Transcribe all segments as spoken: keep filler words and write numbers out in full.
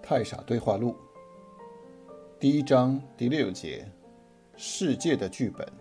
太傻对话录第一章第六节，世界的剧本。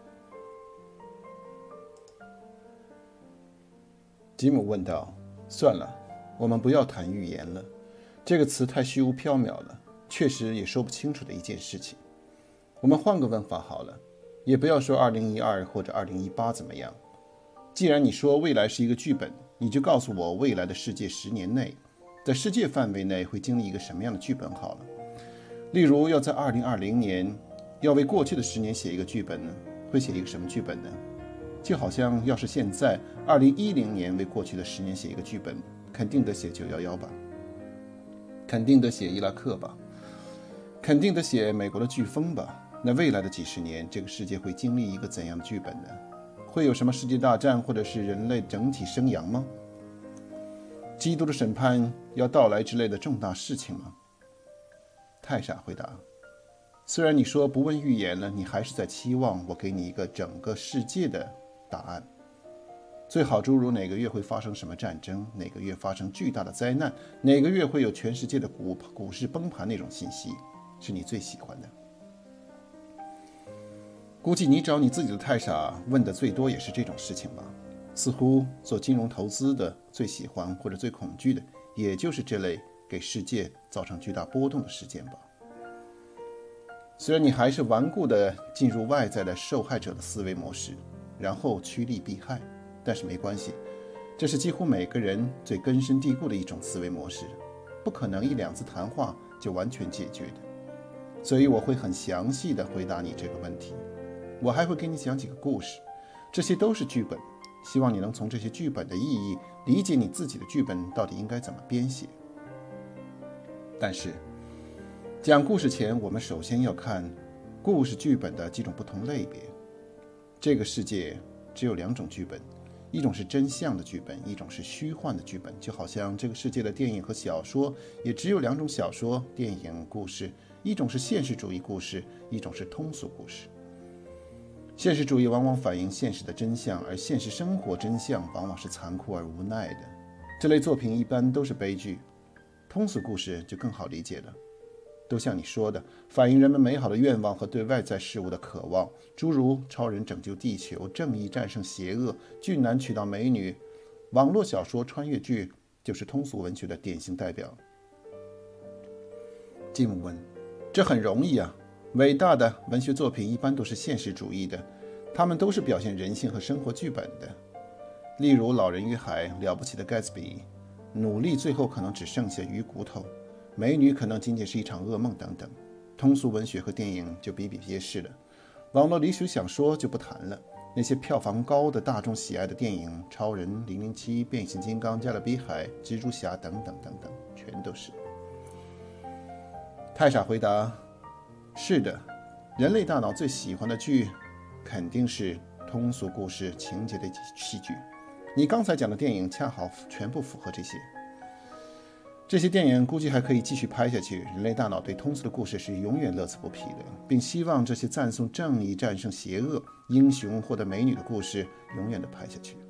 吉姆问道：算了，我们不要谈预言了，这个词太虚无缥缈了，确实也说不清楚的一件事情。我们换个问法好了，也不要说二零一二或者二零一八怎么样。既然你说未来是一个剧本，你就告诉我未来的世界十年内，在世界范围内会经历一个什么样的剧本好了。例如要在二零二零年要为过去的十年写一个剧本呢，会写一个什么剧本呢？就好像要是现在二零一零年为过去的十年写一个剧本，肯定得写九一一吧，肯定得写伊拉克吧，肯定得写美国的飓风吧。那未来的几十年，这个世界会经历一个怎样的剧本呢？会有什么世界大战，或者是人类整体生阳吗？基督的审判要到来之类的重大事情吗？太傻回答：虽然你说不问预言了，你还是在期望我给你一个整个世界的答案。最好诸如哪个月会发生什么战争，哪个月发生巨大的灾难，哪个月会有全世界的 股, 股市崩盘那种信息，是你最喜欢的。估计你找你自己的太傻问的最多也是这种事情吧。似乎做金融投资的最喜欢或者最恐惧的，也就是这类给世界造成巨大波动的事件吧。虽然你还是顽固地进入外在的受害者的思维模式，然后趋利避害，但是没关系，这是几乎每个人最根深蒂固的一种思维模式，不可能一两次谈话就完全解决的。所以我会很详细地回答你这个问题，我还会给你讲几个故事，这些都是剧本，希望你能从这些剧本的意义理解你自己的剧本到底应该怎么编写。但是讲故事前，我们首先要看故事剧本的几种不同类别。这个世界只有两种剧本，一种是真相的剧本，一种是虚幻的剧本。就好像这个世界的电影和小说也只有两种小说、电影、故事，一种是现实主义故事，一种是通俗故事。现实主义往往反映现实的真相，而现实生活真相往往是残酷而无奈的。这类作品一般都是悲剧。通俗故事就更好理解了，都像你说的，反映人们美好的愿望和对外在事物的渴望，诸如超人拯救地球、正义战胜邪恶、俊男娶到美女。网络小说、穿越剧就是通俗文学的典型代表。吉姆问：这很容易啊，伟大的文学作品一般都是现实主义的，他们都是表现人性和生活剧本的。例如老人与海、了不起的盖茨比，努力最后可能只剩下鱼骨头，美女可能仅仅是一场噩梦等等。通俗文学和电影就比比皆是了，网络理想小说就不谈了，那些票房高的大众喜爱的电影，超人、零零七、变形金刚、加勒比海、蜘蛛侠等等等等，全都是。太傻回答：是的，人类大脑最喜欢的剧肯定是通俗故事情节的戏剧。你刚才讲的电影恰好全部符合这些。这些电影估计还可以继续拍下去，人类大脑对通俗的故事是永远乐此不疲的，并希望这些赞颂正义战胜邪恶、英雄获得美女的故事永远的拍下去。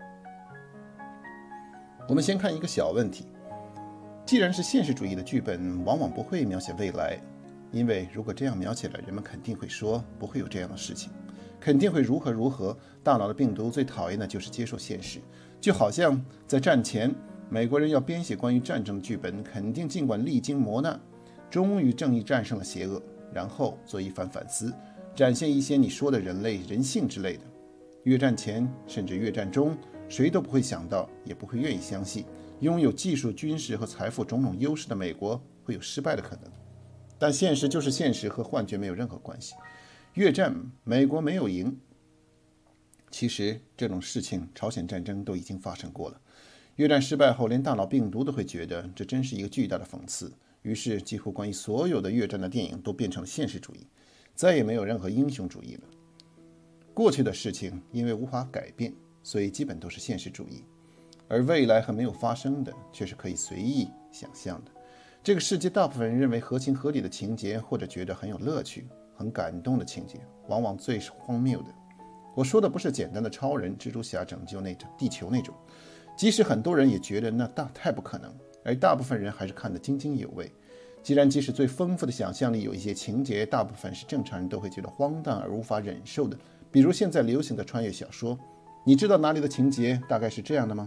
我们先看一个小问题，既然是现实主义的剧本，往往不会描写未来，因为如果这样描写了，人们肯定会说不会有这样的事情，肯定会如何如何。大脑的病毒最讨厌的就是接受现实，就好像在战前美国人要编写关于战争的剧本，肯定尽管历经磨难，终于正义战胜了邪恶，然后做一番反思，展现一些你说的人类人性之类的。越战前甚至越战中，谁都不会想到，也不会愿意相信，拥有技术、军事和财富种种优势的美国会有失败的可能。但现实就是现实，和幻觉没有任何关系。越战美国没有赢，其实这种事情朝鲜战争都已经发生过了。越战失败后，连大脑病毒都会觉得这真是一个巨大的讽刺，于是几乎关于所有的越战的电影都变成了现实主义，再也没有任何英雄主义了。过去的事情因为无法改变，所以基本都是现实主义，而未来还没有发生的却是可以随意想象的。这个世界大部分人认为合情合理的情节，或者觉得很有乐趣、很感动的情节，往往最是荒谬的。我说的不是简单的超人、蜘蛛侠拯救那种地球那种，即使很多人也觉得那大太不可能，而大部分人还是看得津津有味。 既然即使最丰富的想象力有一些情节大部分是正常人都会觉得荒诞而无法忍受的，比如现在流行的穿越小说，你知道哪里的情节大概是这样的吗？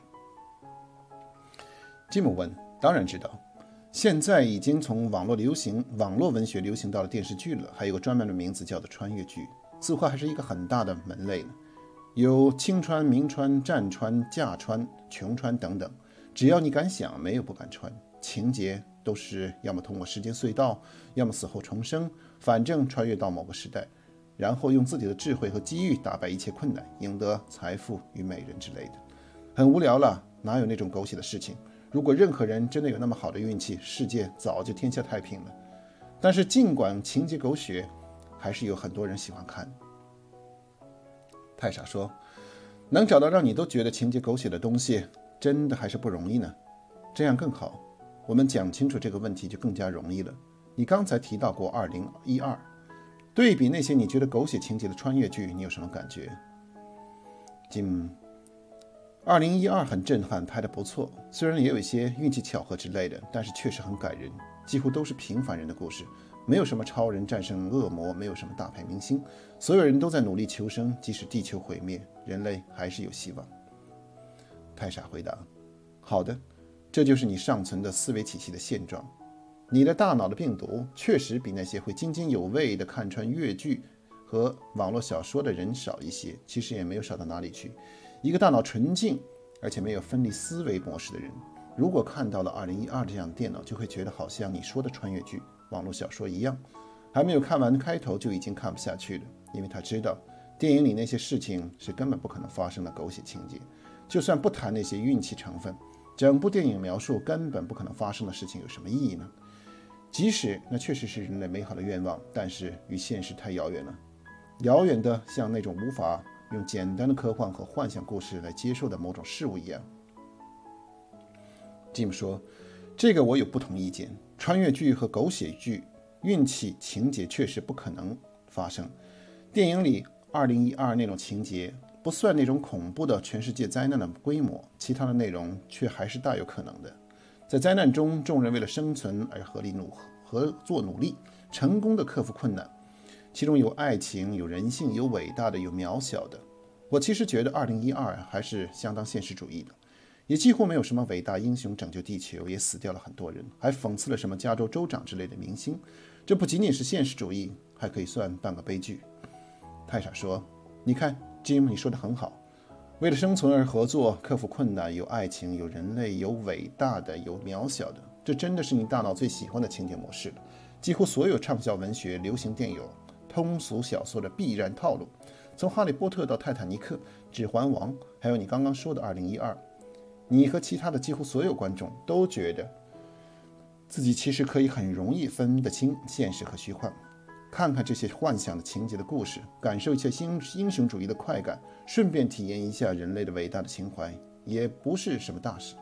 吉姆问。当然知道，现在已经从网络流行网络文学流行到了电视剧了，还有个专门的名字叫做穿越剧，似乎还是一个很大的门类呢。有清穿、明穿、战穿、假穿、穷穿等等，只要你敢想，没有不敢穿。情节都是要么通过时间隧道，要么死后重生，反正穿越到某个时代，然后用自己的智慧和机遇打败一切困难，赢得财富与美人之类的。很无聊了，哪有那种狗血的事情？如果任何人真的有那么好的运气，世界早就天下太平了。但是尽管情节狗血，还是有很多人喜欢看。太傻说，能找到让你都觉得情节狗血的东西，真的还是不容易呢。这样更好，我们讲清楚这个问题就更加容易了。你刚才提到过二零一二，对比那些你觉得狗血情节的穿越剧，你有什么感觉？金二零一二很震撼，拍得不错，虽然也有一些运气巧合之类的，但是确实很感人，几乎都是平凡人的故事，没有什么超人战胜恶魔，没有什么大牌明星，所有人都在努力求生，即使地球毁灭，人类还是有希望。太傻回答，好的，这就是你尚存的思维体系的现状。你的大脑的病毒确实比那些会津津有味地看穿越剧和网络小说的人少一些，其实也没有少到哪里去。一个大脑纯净而且没有分离思维模式的人，如果看到了二零一二这样的电脑，就会觉得好像你说的穿越剧、网络小说一样，还没有看完开头就已经看不下去了，因为他知道电影里那些事情是根本不可能发生的狗血情节。就算不谈那些运气成分，整部电影描述根本不可能发生的事情有什么意义呢？即使那确实是人类美好的愿望，但是与现实太遥远了，遥远的像那种无法用简单的科幻和幻想故事来接受的某种事物一样。Jim 说，这个我有不同意见，穿越剧和狗血剧运气情节确实不可能发生。电影里二零一二那种情节不算那种恐怖的全世界灾难的规模，其他的内容却还是大有可能的。在灾难中，众人为了生存而合力努合作努力，成功的克服困难，其中有爱情，有人性，有伟大的，有渺小的。我其实觉得二零一二还是相当现实主义的，也几乎没有什么伟大英雄拯救地球，也死掉了很多人，还讽刺了什么加州州长之类的明星。这不仅仅是现实主义，还可以算半个悲剧。太傻说，你看 Jim 你说的很好，为了生存而合作，克服困难，有爱情，有人类，有伟大的，有渺小的，这真的是你大脑最喜欢的情节模式了。几乎所有畅销文学、流行电影、通俗小说的必然套路，从哈利波特到泰坦尼克、指环王，还有你刚刚说的二零一二，你和其他的几乎所有观众都觉得自己其实可以很容易分得清现实和虚幻。看看这些幻想的情节的故事，感受一下英雄主义的快感，顺便体验一下人类的伟大的情怀，也不是什么大事。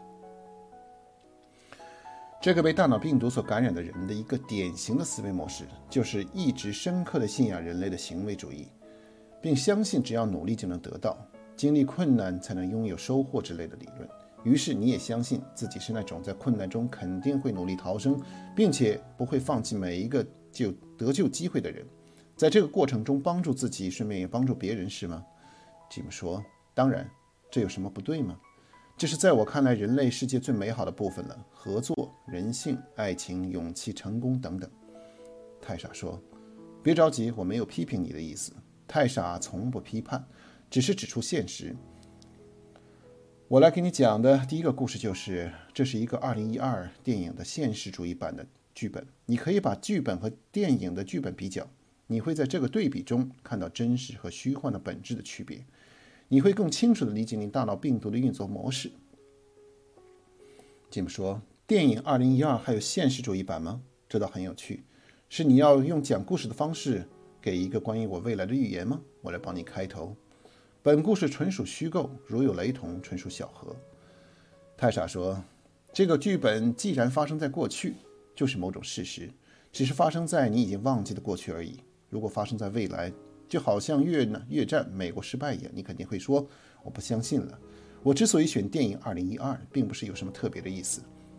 这个被大脑病毒所感染的人的一个典型的思维模式，就是一直深刻地信仰人类的行为主义，并相信只要努力就能得到，经历困难才能拥有收获之类的理论。于是你也相信自己是那种在困难中肯定会努力逃生，并且不会放弃每一个就得救机会的人，在这个过程中帮助自己，顺便也帮助别人，是吗？吉姆说，当然，这有什么不对吗？这是在我看来人类世界最美好的部分了，合作、人性、爱情、勇气、成功等等。太傻说，别着急，我没有批评你的意思，太傻从不批判，只是指出现实。我来给你讲的第一个故事就是，这是一个二零一二电影的现实主义版的剧本。你可以把剧本和电影的剧本比较，你会在这个对比中看到真实和虚幻的本质的区别，你会更清楚地理解你大脑病毒的运作模式。吉姆说，电影二零一二还有现实主义版吗？这倒很有趣，是你要用讲故事的方式给一个关于我未来的预言吗？我来帮你开头。本故事纯属虚构，如有雷同，纯属巧合。太傻说，这个剧本既然发生在过去，就是某种事实，只是发生在你已经忘记的过去而已。如果发生在未来，就好像越南越战美国失败一样，你肯定会说，我不相信了。我之所以选电影二零一二，并不是有什么特别的意思，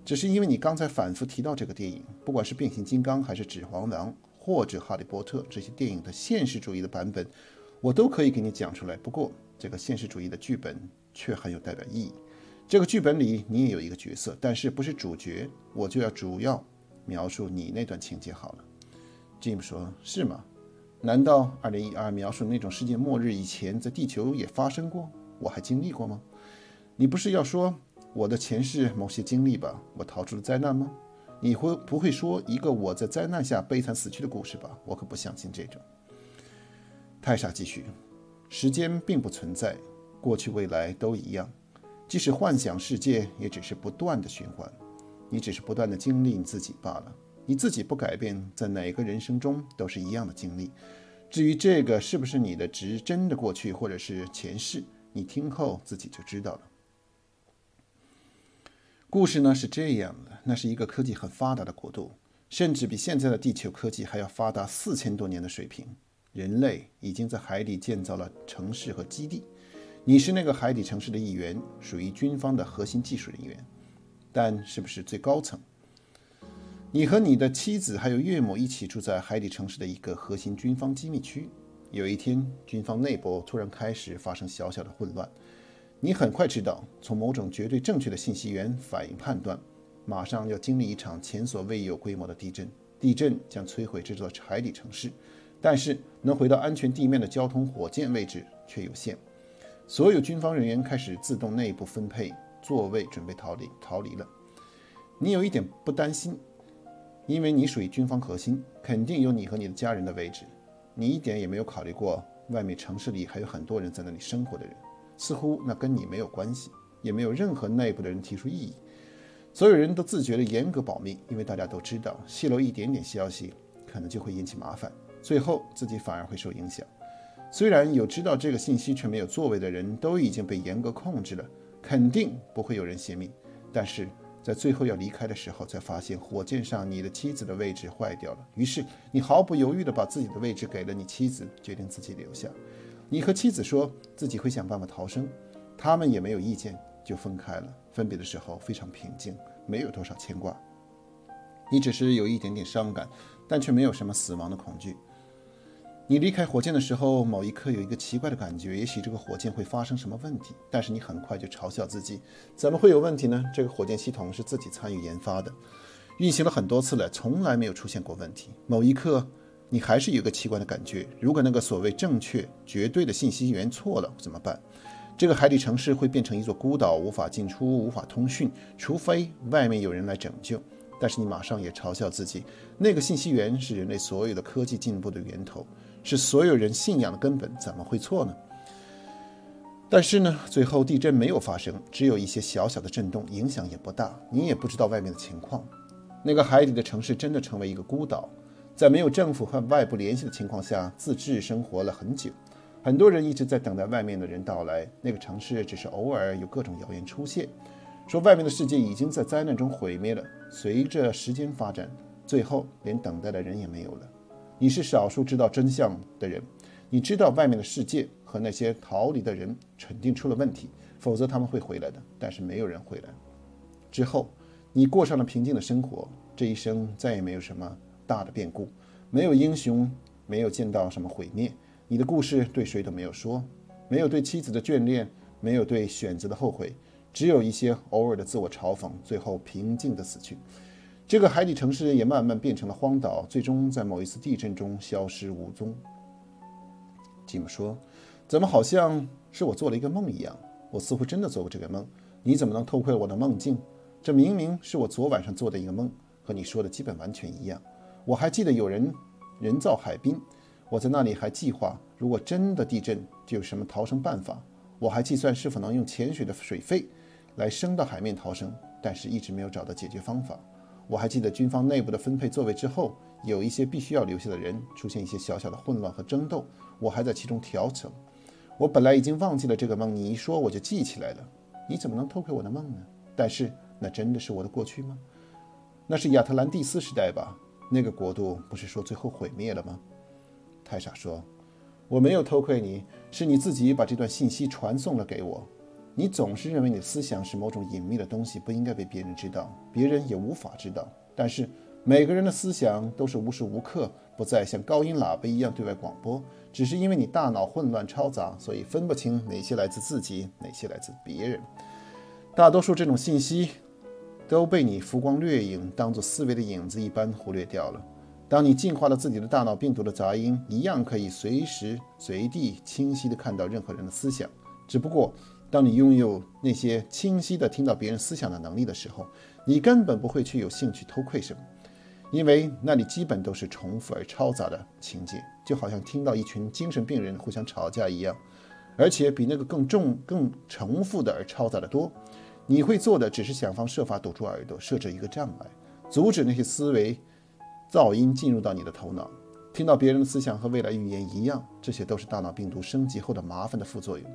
只是因为你刚才反复提到这个电影，不管是变形金刚还是指环王或者哈利波特这些电影的现实主义的版本，我都可以给你讲出来。不过这个现实主义的剧本却很有代表意义。这个剧本里你也有一个角色，但是不是主角，我就要主要描述你那段情节好了。 Jim 说，是吗？难道二零一二描述那种世界末日以前在地球也发生过，我还经历过吗？你不是要说我的前世某些经历吧，我逃出了灾难吗？你会不会说一个我在灾难下悲惨死去的故事吧？我可不相信这种。泰莎继续，时间并不存在，过去未来都一样，即使幻想世界也只是不断的循环，你只是不断的经历你自己罢了。你自己不改变，在哪个人生中都是一样的经历。至于这个是不是你的直真的过去或者是前世，你听后自己就知道了。故事呢是这样的，那是一个科技很发达的国度，甚至比现在的地球科技还要发达四千多年的水平。人类已经在海底建造了城市和基地，你是那个海底城市的一员，属于军方的核心技术人员，但是不是最高层？你和你的妻子还有岳母一起住在海底城市的一个核心军方机密区。有一天，军方内部突然开始发生小小的混乱。你很快知道，从某种绝对正确的信息源反应判断，马上要经历一场前所未有规模的地震。地震将摧毁这座海底城市，但是能回到安全地面的交通火箭位置却有限。所有军方人员开始自动内部分配座位，准备逃离逃离了。你有一点不担心，因为你属于军方核心，肯定有你和你的家人的位置。你一点也没有考虑过外面城市里还有很多人在那里生活的人，似乎那跟你没有关系，也没有任何内部的人提出异议。所有人都自觉地严格保密，因为大家都知道泄露一点点消息可能就会引起麻烦，最后自己反而会受影响。虽然有知道这个信息却没有作为的人都已经被严格控制了，肯定不会有人泄密，但是在最后要离开的时候，才发现火箭上你的妻子的位置坏掉了。于是你毫不犹豫地把自己的位置给了你妻子，决定自己留下。你和妻子说自己会想办法逃生，他们也没有意见，就分开了。分别的时候非常平静，没有多少牵挂。你只是有一点点伤感，但却没有什么死亡的恐惧。你离开火箭的时候，某一刻有一个奇怪的感觉，也许这个火箭会发生什么问题，但是你很快就嘲笑自己，怎么会有问题呢？这个火箭系统是自己参与研发的，运行了很多次了，从来没有出现过问题。某一刻你还是有个奇怪的感觉，如果那个所谓正确绝对的信息源错了怎么办？这个海底城市会变成一座孤岛，无法进出，无法通讯，除非外面有人来拯救。但是你马上也嘲笑自己，那个信息源是人类所有的科技进步的源头，是所有人信仰的根本，怎么会错呢？但是呢，最后地震没有发生，只有一些小小的震动，影响也不大，你也不知道外面的情况。那个海底的城市真的成为一个孤岛，在没有政府和外部联系的情况下自治生活了很久。很多人一直在等待外面的人到来，那个城市只是偶尔有各种谣言出现，说外面的世界已经在灾难中毁灭了。随着时间发展，最后连等待的人也没有了。你是少数知道真相的人，你知道外面的世界和那些逃离的人肯定出了问题，否则他们会回来的，但是没有人回来。之后你过上了平静的生活，这一生再也没有什么大的变故，没有英雄，没有见到什么毁灭。你的故事对谁都没有说，没有对妻子的眷恋，没有对选择的后悔，只有一些偶尔的自我嘲讽，最后平静地死去。这个海底城市也慢慢变成了荒岛，最终在某一次地震中消失无踪。吉姆说，怎么好像是我做了一个梦一样，我似乎真的做过这个梦，你怎么能偷窥我的梦境？这明明是我昨晚上做的一个梦，和你说的基本完全一样。我还记得有人人造海滨，我在那里还计划，如果真的地震就有什么逃生办法。我还计算是否能用潜水的水费来升到海面逃生，但是一直没有找到解决方法。我还记得军方内部的分配座位之后，有一些必须要留下的人出现一些小小的混乱和争斗，我还在其中调整。我本来已经忘记了这个梦，你一说我就记起来了。你怎么能偷窥我的梦呢？但是那真的是我的过去吗？那是亚特兰蒂斯时代吧？那个国度不是说最后毁灭了吗？泰莎说，我没有偷窥你，是你自己把这段信息传送了给我。 你总是认为你的思想是某种隐秘的东西，不应该被别人知道，别人也无法知道。但是每个人的思想都是无时无刻不再像高音喇叭一样对外广播，只是因为你大脑混乱嘈杂，所以分不清哪些来自自己，哪些来自别人。大多数这种信息都被你浮光掠影，当作思维的影子一般忽略掉了。当你净化了自己的大脑病毒的杂音，一样可以随时随地清晰地看到任何人的思想。只不过当你拥有那些清晰地听到别人思想的能力的时候，你根本不会去有兴趣偷窥什么，因为那里基本都是重复而嘈杂的情节，就好像听到一群精神病人互相吵架一样，而且比那个更重、更重复的而嘈杂的多。你会做的只是想方设法堵住耳朵，设置一个障碍，阻止那些思维噪音进入到你的头脑。听到别人的思想和未来预言一样，这些都是大脑病毒升级后的麻烦的副作用。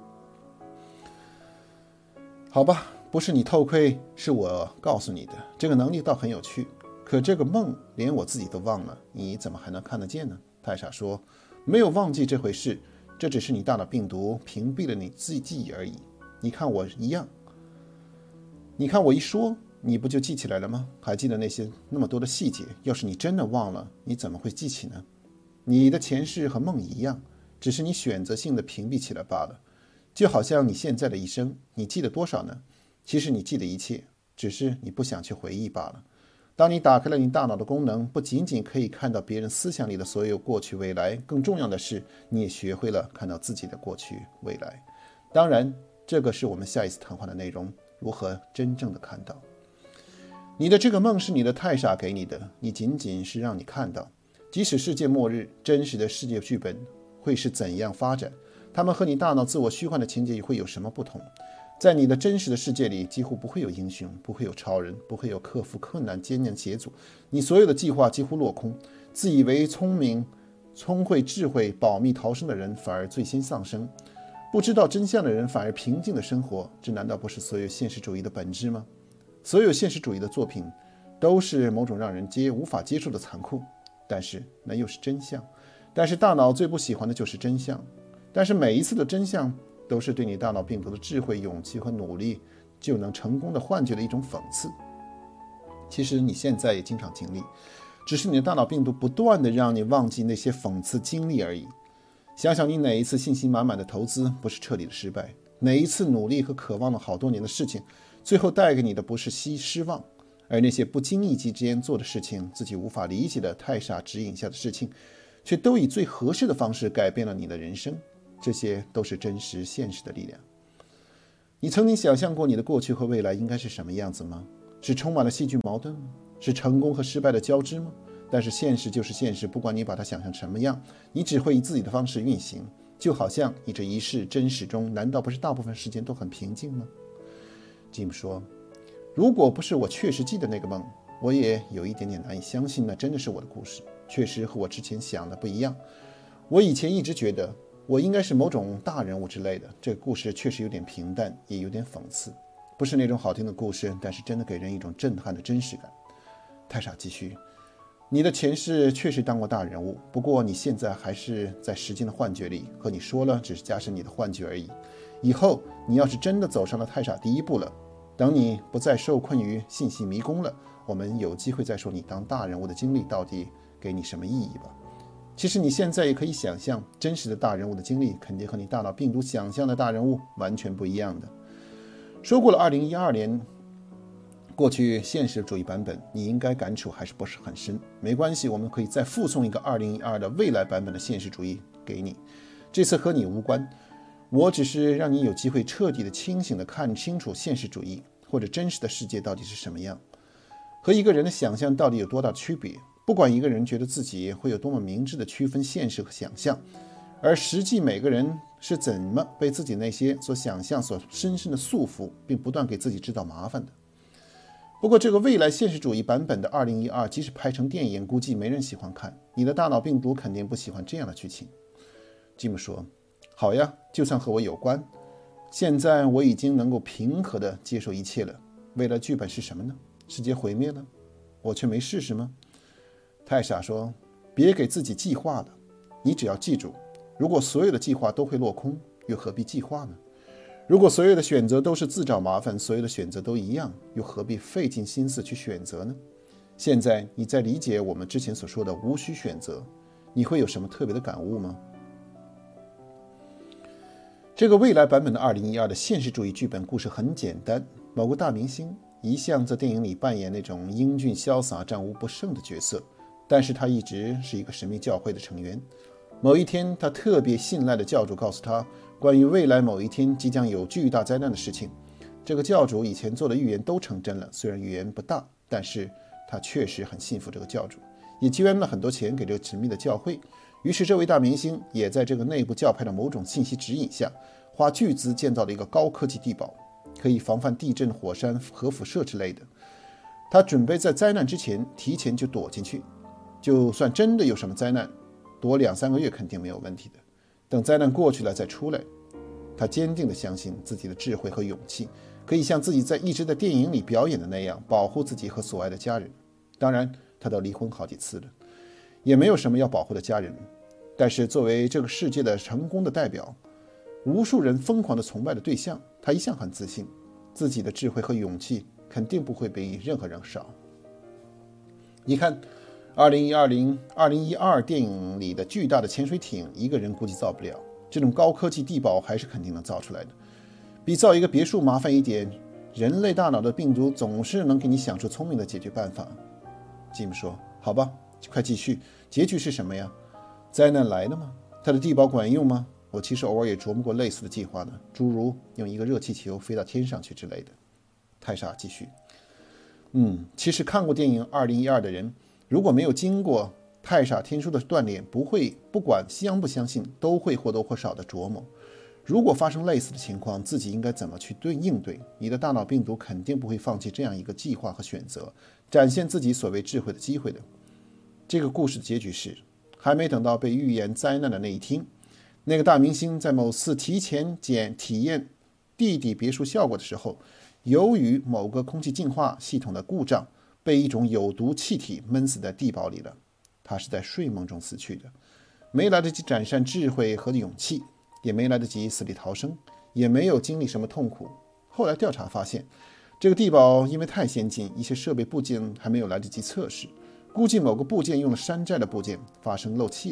好吧，不是你偷窥，是我告诉你的。这个能力倒很有趣，可这个梦连我自己都忘了，你怎么还能看得见呢？泰莎说，没有忘记这回事，这只是你大脑病毒屏蔽了你自己记忆而已。你看我一样，你看我一说，你不就记起来了吗？还记得那些那么多的细节，要是你真的忘了，你怎么会记起呢？你的前世和梦一样，只是你选择性的屏蔽起来罢了。就好像你现在的一生，你记得多少呢？其实你记得一切，只是你不想去回忆罢了。当你打开了你大脑的功能，不仅仅可以看到别人思想里的所有过去未来，更重要的是，你也学会了看到自己的过去未来。当然，这个是我们下一次谈话的内容，如何真正的看到。你的这个梦是你的太傻给你的，你仅仅是让你看到，即使世界末日，真实的世界剧本会是怎样发展，他们和你大脑自我虚幻的情节会有什么不同？在你的真实的世界里，几乎不会有英雄，不会有超人，不会有克服困难艰难险阻。你所有的计划几乎落空，自以为聪明、聪慧、智慧、保密逃生的人反而最先丧生，不知道真相的人反而平静的生活。这难道不是所有现实主义的本质吗？所有现实主义的作品都是某种让人接无法接受的残酷，但是那又是真相。但是大脑最不喜欢的就是真相。但是每一次的真相都是对你大脑病毒的智慧、勇气和努力就能成功的幻觉的一种讽刺。其实你现在也经常经历，只是你的大脑病毒不断的让你忘记那些讽刺经历而已。想想你哪一次信心满满的投资不是彻底的失败，哪一次努力和渴望了好多年的事情，最后带给你的不是失望，而那些不经意之间做的事情，自己无法理解的太傻指引下的事情，却都以最合适的方式改变了你的人生。这些都是真实现实的力量。你曾经想象过你的过去和未来应该是什么样子吗？是充满了戏剧矛盾吗？是成功和失败的交织吗？但是现实就是现实，不管你把它想象什么样，你只会以自己的方式运行。就好像你这一世真实中，难道不是大部分时间都很平静吗？吉姆说，如果不是我确实记得那个梦，我也有一点点难以相信那真的是我的故事，确实和我之前想的不一样。我以前一直觉得我应该是某种大人物之类的，这个故事确实有点平淡，也有点讽刺，不是那种好听的故事，但是真的给人一种震撼的真实感。太傻继续，你的前世确实当过大人物，不过你现在还是在时间的幻觉里，和你说了只是加深你的幻觉而已。以后你要是真的走上了太傻第一步了，等你不再受困于信息迷宫了，我们有机会再说你当大人物的经历到底给你什么意义吧。其实你现在也可以想象，真实的大人物的经历肯定和你大脑病毒想象的大人物完全不一样的。说过了二零一二年过去现实主义版本，你应该感触还是不是很深。没关系，我们可以再附送一个二零一二的未来版本的现实主义给你，这次和你无关，我只是让你有机会彻底的清醒的看清楚现实主义或者真实的世界到底是什么样，和一个人的想象到底有多大的区别。不管一个人觉得自己会有多么明智的区分现实和想象，而实际每个人是怎么被自己那些所想象所深深的束缚，并不断给自己制造麻烦的。不过这个未来现实主义版本的二零一二即使拍成电影，估计没人喜欢看，你的大脑病毒肯定不喜欢这样的剧情。吉姆说，好呀，就算和我有关，现在我已经能够平和地接受一切了。未来剧本是什么呢？世界毁灭了，我却没试试吗？太傻说，别给自己计划了，你只要记住，如果所有的计划都会落空，又何必计划呢？ 如果所有的选择都是自找麻烦，所有的选择都一样，又何必费尽心思去选择呢？现在你在理解我们之前所说的无需选择，你会有什么特别的感悟吗？这个未来版本的二零一二的现实主义剧本故事很简单，某个大明星一向在电影里扮演那种英俊潇洒、战无不胜的角色，但是他一直是一个神秘教会的成员。某一天，他特别信赖的教主告诉他关于未来某一天即将有巨大灾难的事情。这个教主以前做的预言都成真了，虽然预言不大，但是他确实很信服这个教主，也捐了很多钱给这个神秘的教会。于是这位大明星也在这个内部教派的某种信息指引下，花巨资建造了一个高科技地堡，可以防范地震、火山、核辐射之类的。他准备在灾难之前提前就躲进去，就算真的有什么灾难，躲两三个月肯定没有问题的，等灾难过去了再出来。他坚定地相信自己的智慧和勇气，可以像自己在一直在电影里表演的那样保护自己和所爱的家人。当然他都离婚好几次了，也没有什么要保护的家人，但是作为这个世界的成功的代表，无数人疯狂的崇拜的对象，他一向很自信，自己的智慧和勇气肯定不会比任何人少。你看二零一二电影里的巨大的潜水艇，一个人估计造不了，这种高科技地堡还是肯定能造出来的。比造一个别墅麻烦一点，人类大脑的病毒总是能给你想出聪明的解决办法。吉姆说，好吧，快继续，结局是什么呀？灾难来了吗？它的地堡管用吗？我其实偶尔也琢磨过类似的计划呢，诸如用一个热气球飞到天上去之类的。泰莎继续，嗯，其实看过电影二零一二的人，如果没有经过泰莎天书的锻炼，不会不管相不相信，都会或多或少的琢磨，如果发生类似的情况，自己应该怎么去对应对。你的大脑病毒肯定不会放弃这样一个计划和选择，展现自己所谓智慧的机会的。这个故事的结局是，还没等到被预言灾难的那一天，那个大明星在某次提前检体验地底别墅效果的时候，由于某个空气净化系统的故障，被一种有毒气体闷死在地堡里了。他是在睡梦中死去的，没来得及展现智慧和勇气，也没来得及死里逃生，也没有经历什么痛苦。后来调查发现，这个地堡因为太先进，一些设备部件还没有来得及测试，估计某个部件用了山寨的部件，发生漏气了。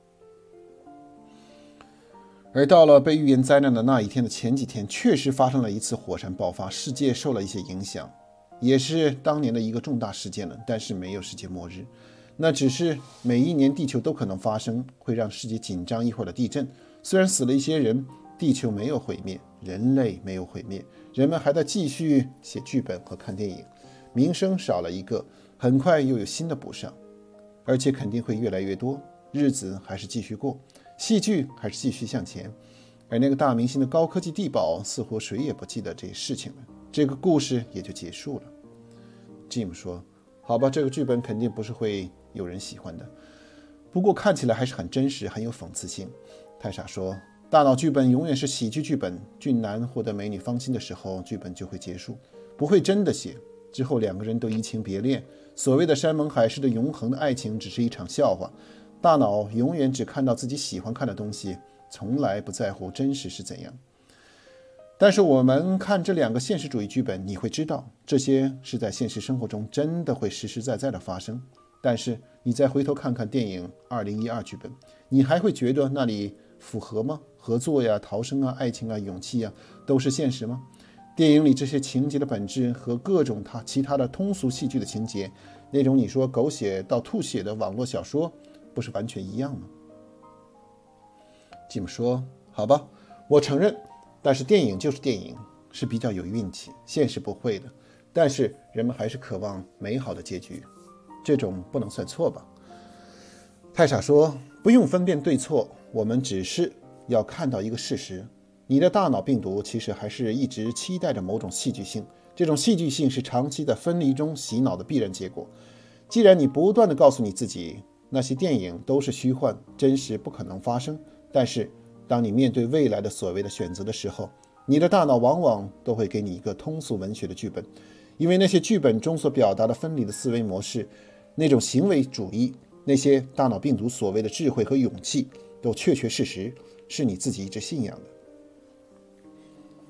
而到了被预言灾难的那一天的前几天，确实发生了一次火山爆发，世界受了一些影响，也是当年的一个重大事件了，但是没有世界末日。那只是每一年地球都可能发生会让世界紧张一会儿的地震，虽然死了一些人，地球没有毁灭，人类没有毁灭，人们还在继续写剧本和看电影，名声少了一个，很快又有新的补上，而且肯定会越来越多，日子还是继续过，戏剧还是继续向前。而那个大明星的高科技地堡，似乎谁也不记得这些事情了，这个故事也就结束了。 Jim 说，好吧，这个剧本肯定不是会有人喜欢的，不过看起来还是很真实，很有讽刺性。泰莎说，大脑剧本永远是喜剧剧本，俊男获得美女芳心的时候，剧本就会结束，不会真的写，之后两个人都移情别恋，所谓的山盟海誓的永恒的爱情只是一场笑话。大脑永远只看到自己喜欢看的东西，从来不在乎真实是怎样。但是我们看这两个现实主义剧本，你会知道这些是在现实生活中真的会实实在在的发生。但是你再回头看看电影二零一二剧本，你还会觉得那里符合吗？合作呀、逃生啊、爱情啊、勇气啊，都是现实吗？电影里这些情节的本质和各种他其他的通俗戏剧的情节，那种你说狗血到吐血的网络小说，不是完全一样吗？吉姆说，好吧，我承认，但是电影就是电影，是比较有运气，现实不会的。但是人们还是渴望美好的结局，这种不能算错吧？泰莎说，不用分辨对错，我们只是要看到一个事实，你的大脑病毒其实还是一直期待着某种戏剧性，这种戏剧性是长期的分离中洗脑的必然结果。既然你不断地告诉你自己，那些电影都是虚幻，真实不可能发生，但是当你面对未来的所谓的选择的时候，你的大脑往往都会给你一个通俗文学的剧本，因为那些剧本中所表达的分离的思维模式，那种行为主义，那些大脑病毒所谓的智慧和勇气，都确确实实是你自己一直信仰的。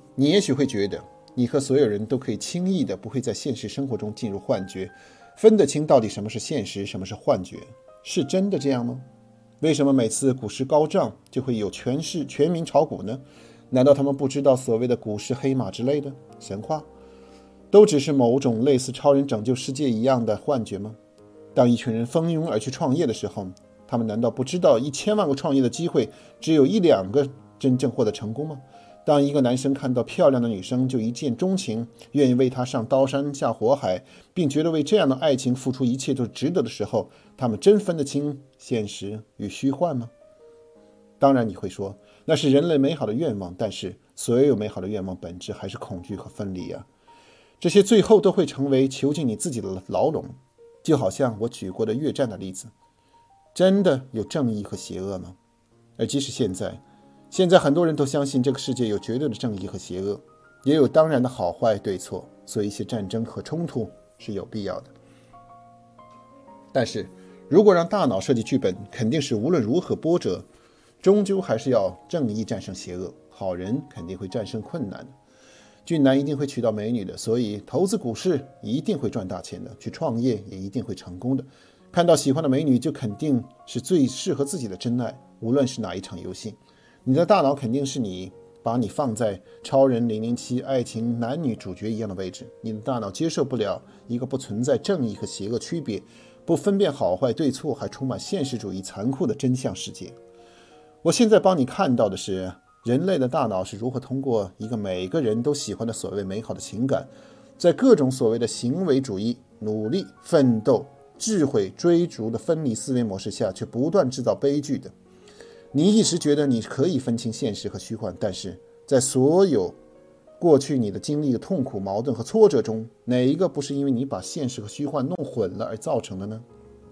你也许会觉得你和所有人都可以轻易的不会在现实生活中进入幻觉，分得清到底什么是现实，什么是幻觉。是真的这样吗？为什么每次股市高涨就会有全市全民炒股呢？难道他们不知道所谓的股市黑马之类的神话都只是某种类似超人拯救世界一样的幻觉吗？当一群人蜂拥而去创业的时候，他们难道不知道一千万个创业的机会只有一两个真正获得成功吗？当一个男生看到漂亮的女生就一见钟情，愿意为她上刀山下火海，并觉得为这样的爱情付出一切都值得的时候，他们真分得清现实与虚幻吗？当然你会说那是人类美好的愿望，但是所有美好的愿望本质还是恐惧和分离啊！这些最后都会成为囚禁你自己的牢笼，就好像我举过的越战的例子。真的有正义和邪恶吗？而即使现在现在很多人都相信这个世界有绝对的正义和邪恶，也有当然的好坏对错，所以一些战争和冲突是有必要的。但是如果让大脑设计剧本，肯定是无论如何波折，终究还是要正义战胜邪恶，好人肯定会战胜困难的，俊男一定会娶到美女的，所以投资股市一定会赚大钱的，去创业也一定会成功的，看到喜欢的美女就肯定是最适合自己的真爱，无论是哪一场游戏。你的大脑肯定是你把你放在超人零零七爱情男女主角一样的位置，你的大脑接受不了一个不存在正义和邪恶区别，不分辨好坏对错，还充满现实主义残酷的真相世界。我现在帮你看到的是人类的大脑是如何通过一个每个人都喜欢的所谓美好的情感，在各种所谓的行为主义、努力、奋斗、智慧、追逐的分离思维模式下，却不断制造悲剧的。你一时觉得你可以分清现实和虚幻，但是在所有过去你的经历的痛苦、矛盾和挫折中，哪一个不是因为你把现实和虚幻弄混了而造成的呢？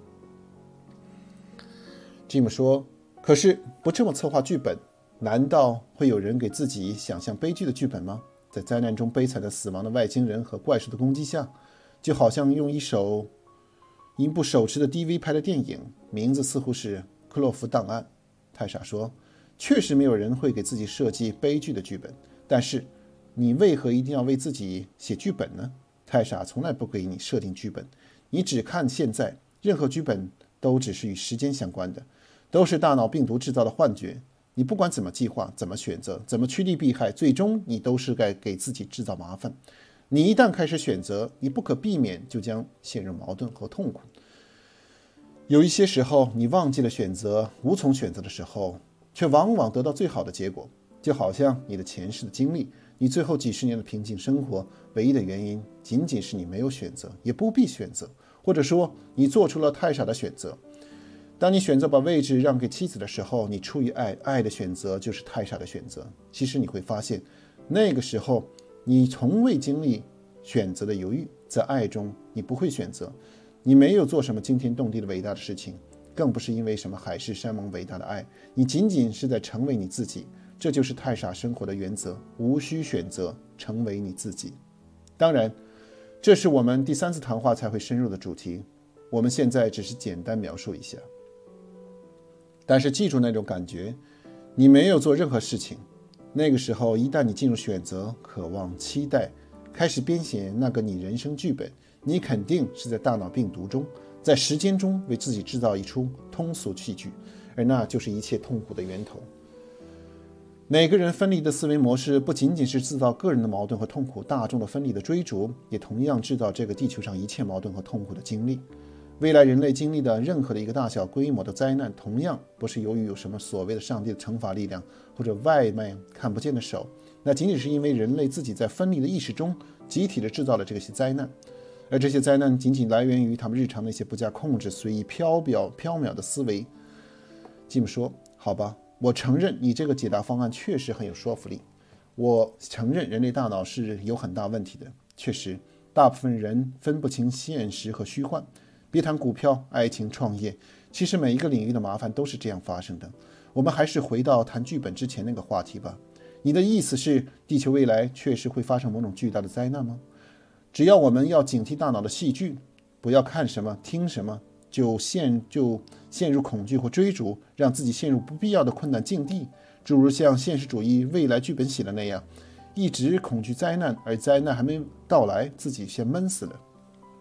Jim 说，可是不这么策划剧本，难道会有人给自己想象悲剧的剧本吗？在灾难中悲惨的死亡的外星人和怪兽的攻击下，就好像用一首一部手持的 D V 拍的电影，名字似乎是《克洛弗档案》。泰莎说，确实没有人会给自己设计悲剧的剧本，但是你为何一定要为自己写剧本呢？泰莎从来不给你设定剧本，你只看现在，任何剧本都只是与时间相关的，都是大脑病毒制造的幻觉。你不管怎么计划，怎么选择，怎么趋利避害，最终你都是该给自己制造麻烦。你一旦开始选择，你不可避免就将陷入矛盾和痛苦。有一些时候你忘记了选择，无从选择的时候，却往往得到最好的结果。就好像你的前世的经历，你最后几十年的平静生活，唯一的原因仅仅是你没有选择，也不必选择，或者说你做出了太傻的选择。当你选择把位置让给妻子的时候，你出于爱，爱的选择就是太傻的选择。其实你会发现，那个时候你从未经历选择的犹豫，在爱中你不会选择，你没有做什么惊天动地的伟大的事情，更不是因为什么海誓山盟伟大的爱，你仅仅是在成为你自己。这就是太傻生活的原则，无需选择，成为你自己。当然，这是我们第三次谈话才会深入的主题，我们现在只是简单描述一下。但是记住那种感觉，你没有做任何事情，那个时候一旦你进入选择、渴望、期待，开始编写那个你人生剧本，你肯定是在大脑病毒中，在时间中为自己制造一出通俗戏剧，而那就是一切痛苦的源头。每个人分离的思维模式不仅仅是制造个人的矛盾和痛苦，大众的分离的追逐也同样制造这个地球上一切矛盾和痛苦的经历。未来人类经历的任何的一个大小规模的灾难，同样不是由于有什么所谓的上帝的惩罚力量或者外面看不见的手，那仅仅是因为人类自己在分离的意识中集体的制造了这些灾难，而这些灾难仅仅来源于他们日常那些不加控制、随意飘渺缥缈的思维。吉姆说，好吧，我承认你这个解答方案确实很有说服力，我承认人类大脑是有很大问题的，确实大部分人分不清现实和虚幻。别谈股票、爱情、创业，其实每一个领域的麻烦都是这样发生的。我们还是回到谈剧本之前那个话题吧。你的意思是地球未来确实会发生某种巨大的灾难吗？只要我们要警惕大脑的戏剧，不要看什么听什么就陷就陷入恐惧或追逐，让自己陷入不必要的困难境地，诸如像现实主义未来剧本写的那样， 一直恐惧灾难，而灾难还没到来，自己先闷死了。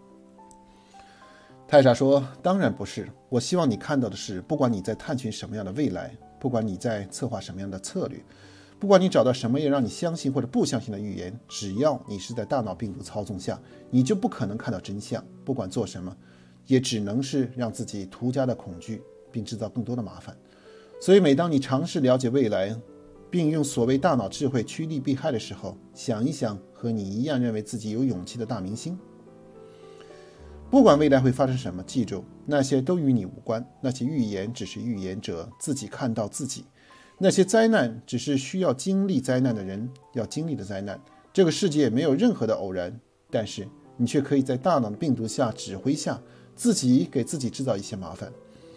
太傻说，当然不是，我希望你看到的是，不管你在探寻什么样的未来，不管你在策划什么样的策略，不管你找到什么也让你相信或者不相信的预言，只要你是在大脑病毒操纵下，你就不可能看到真相。不管做什么，也只能是让自己徒加的恐惧，并制造更多的麻烦。所以每当你尝试了解未来，并用所谓大脑智慧趋利避害的时候，想一想和你一样认为自己有勇气的大明星。不管未来会发生什么，记住，那些都与你无关，那些预言只是预言者自己看到自己，那些灾难只是需要经历灾难的人要经历的灾难。这个世界没有任何的偶然，但是你却可以在大脑的病毒下指挥下，自己给自己制造一些麻烦。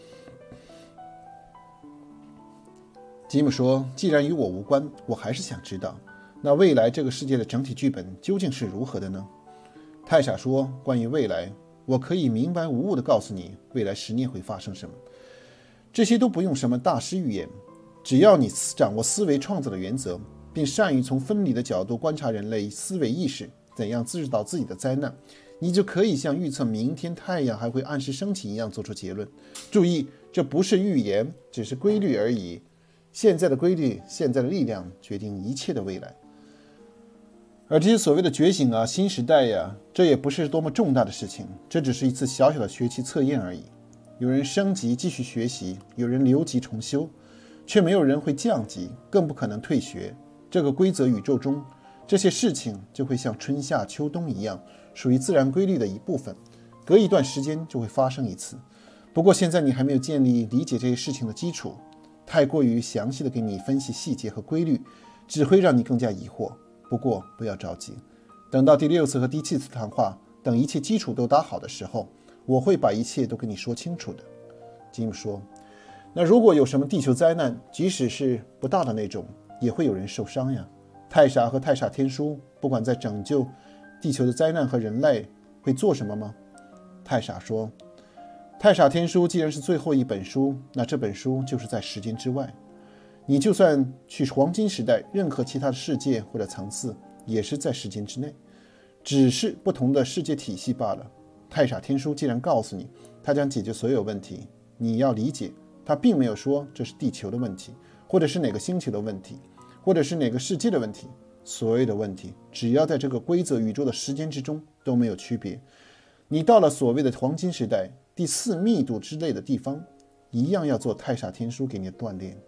吉姆说，既然与我无关，我还是想知道，那未来这个世界的整体剧本究竟是如何的呢？太傻说，关于未来，我可以明白无误地告诉你，未来十年会发生什么。这些都不用什么大师预言，只要你掌握思维创造的原则，并善于从分离的角度观察人类思维意识怎样制造自己的灾难，你就可以像预测明天太阳还会按时升起一样做出结论。注意，这不是预言，只是规律而已。现在的规律，现在的力量决定一切的未来。而这些所谓的觉醒啊、新时代呀、啊，这也不是多么重大的事情，这只是一次小小的学期测验而已。有人升级继续学习，有人留级重修，却没有人会降级，更不可能退学。这个规则宇宙中，这些事情就会像春夏秋冬一样，属于自然规律的一部分，隔一段时间就会发生一次。不过现在你还没有建立理解这些事情的基础，太过于详细的给你分析细节和规律，只会让你更加疑惑。不过不要着急，等到第六次和第七次谈话，等一切基础都打好的时候，我会把一切都跟你说清楚的。吉姆说，那如果有什么地球灾难，即使是不大的那种，也会有人受伤呀。太傻和太傻天书不管在拯救地球的灾难和人类会做什么吗？太傻说，太傻天书既然是最后一本书，那这本书就是在时间之外。你就算去黄金时代，任何其他的世界或者层次，也是在时间之内，只是不同的世界体系罢了。太傻天书既然告诉你，他将解决所有问题，你要理解，他并没有说这是地球的问题，或者是哪个星球的问题，或者是哪个世界的问题。所有的问题，只要在这个规则宇宙的时间之中都没有区别。你到了所谓的黄金时代、第四密度之类的地方，一样要做太傻天书给你的锻炼。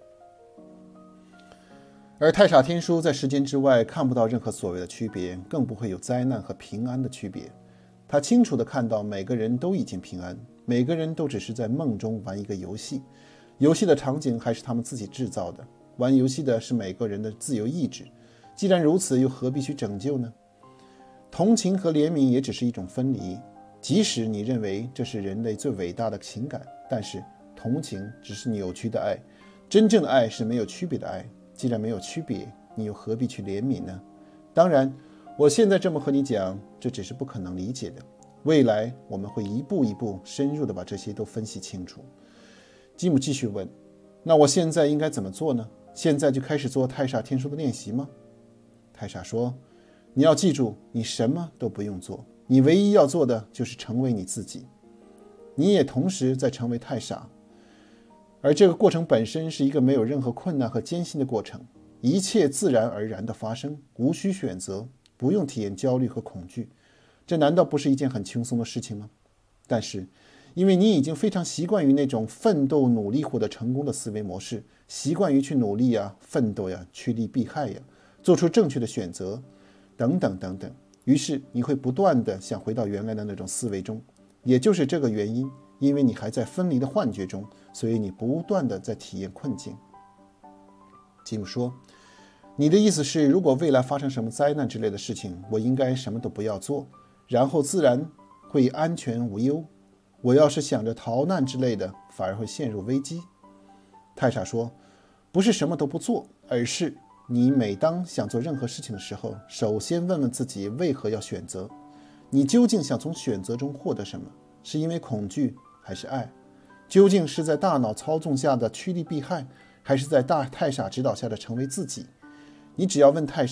而太傻天书在时间之外看不到任何所谓的区别，更不会有灾难和平安的区别。他清楚地看到每个人都已经平安，每个人都只是在梦中玩一个游戏，游戏的场景还是他们自己制造的，玩游戏的是每个人的自由意志。既然如此，又何必去拯救呢？同情和怜悯也只是一种分离，即使你认为这是人类最伟大的情感，但是同情只是扭曲的爱，真正的爱是没有区别的爱。既然没有区别，你又何必去怜悯呢？当然，我现在这么和你讲，这只是不可能理解的。未来我们会一步一步深入地把这些都分析清楚。吉姆继续问，那我现在应该怎么做呢？现在就开始做太傻天书的练习吗？太傻说，你要记住，你什么都不用做，你唯一要做的就是成为你自己。你也同时在成为太傻，而这个过程本身是一个没有任何困难和艰辛的过程，一切自然而然的发生，无需选择，不用体验焦虑和恐惧。这难道不是一件很轻松的事情吗？但是因为你已经非常习惯于那种奋斗努力获得成功的思维模式，习惯于去努力呀、奋斗呀、趋利避害呀、做出正确的选择等等等等，于是你会不断的想回到原来的那种思维中。也就是这个原因，因为你还在分离的幻觉中，所以你不断的在体验困境。吉姆说，你的意思是，如果未来发生什么灾难之类的事情，我应该什么都不要做，然后自然会安全无忧。我要是想着逃难之类的，反而会陷入危机。太傻说，不是什么都不做，而是你每当想做任何事情的时候，首先问问自己为何要选择，你究竟想从选择中获得什么？是因为恐惧还是爱？究竟是在大脑操纵下的趋利避害，还是在大太傻指导下的成为自己？你只要问太傻，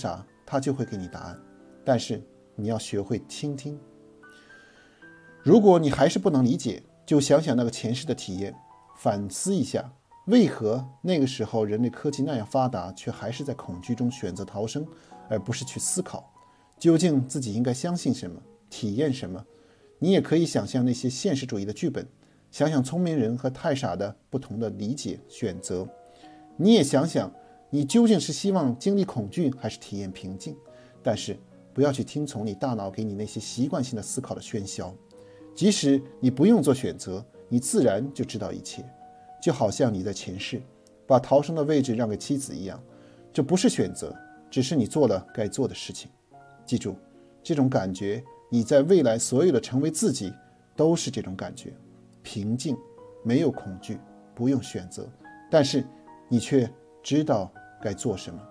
他就会给你答案。但是你要学会倾听。如果你还是不能理解，就想想那个前世的体验，反思一下，为何那个时候人类科技那样发达，却还是在恐惧中选择逃生，而不是去思考究竟自己应该相信什么，体验什么。你也可以想象那些现实主义的剧本，想想聪明人和太傻的不同的理解选择。你也想想，你究竟是希望经历恐惧还是体验平静。但是不要去听从你大脑给你那些习惯性的思考的喧嚣。即使你不用做选择，你自然就知道一切。就好像你在前世把逃生的位置让给妻子一样，这不是选择，只是你做了该做的事情。记住，这种感觉，你在未来所有的成为自己都是这种感觉，平静，没有恐惧，不用选择，但是你却知道该做什么。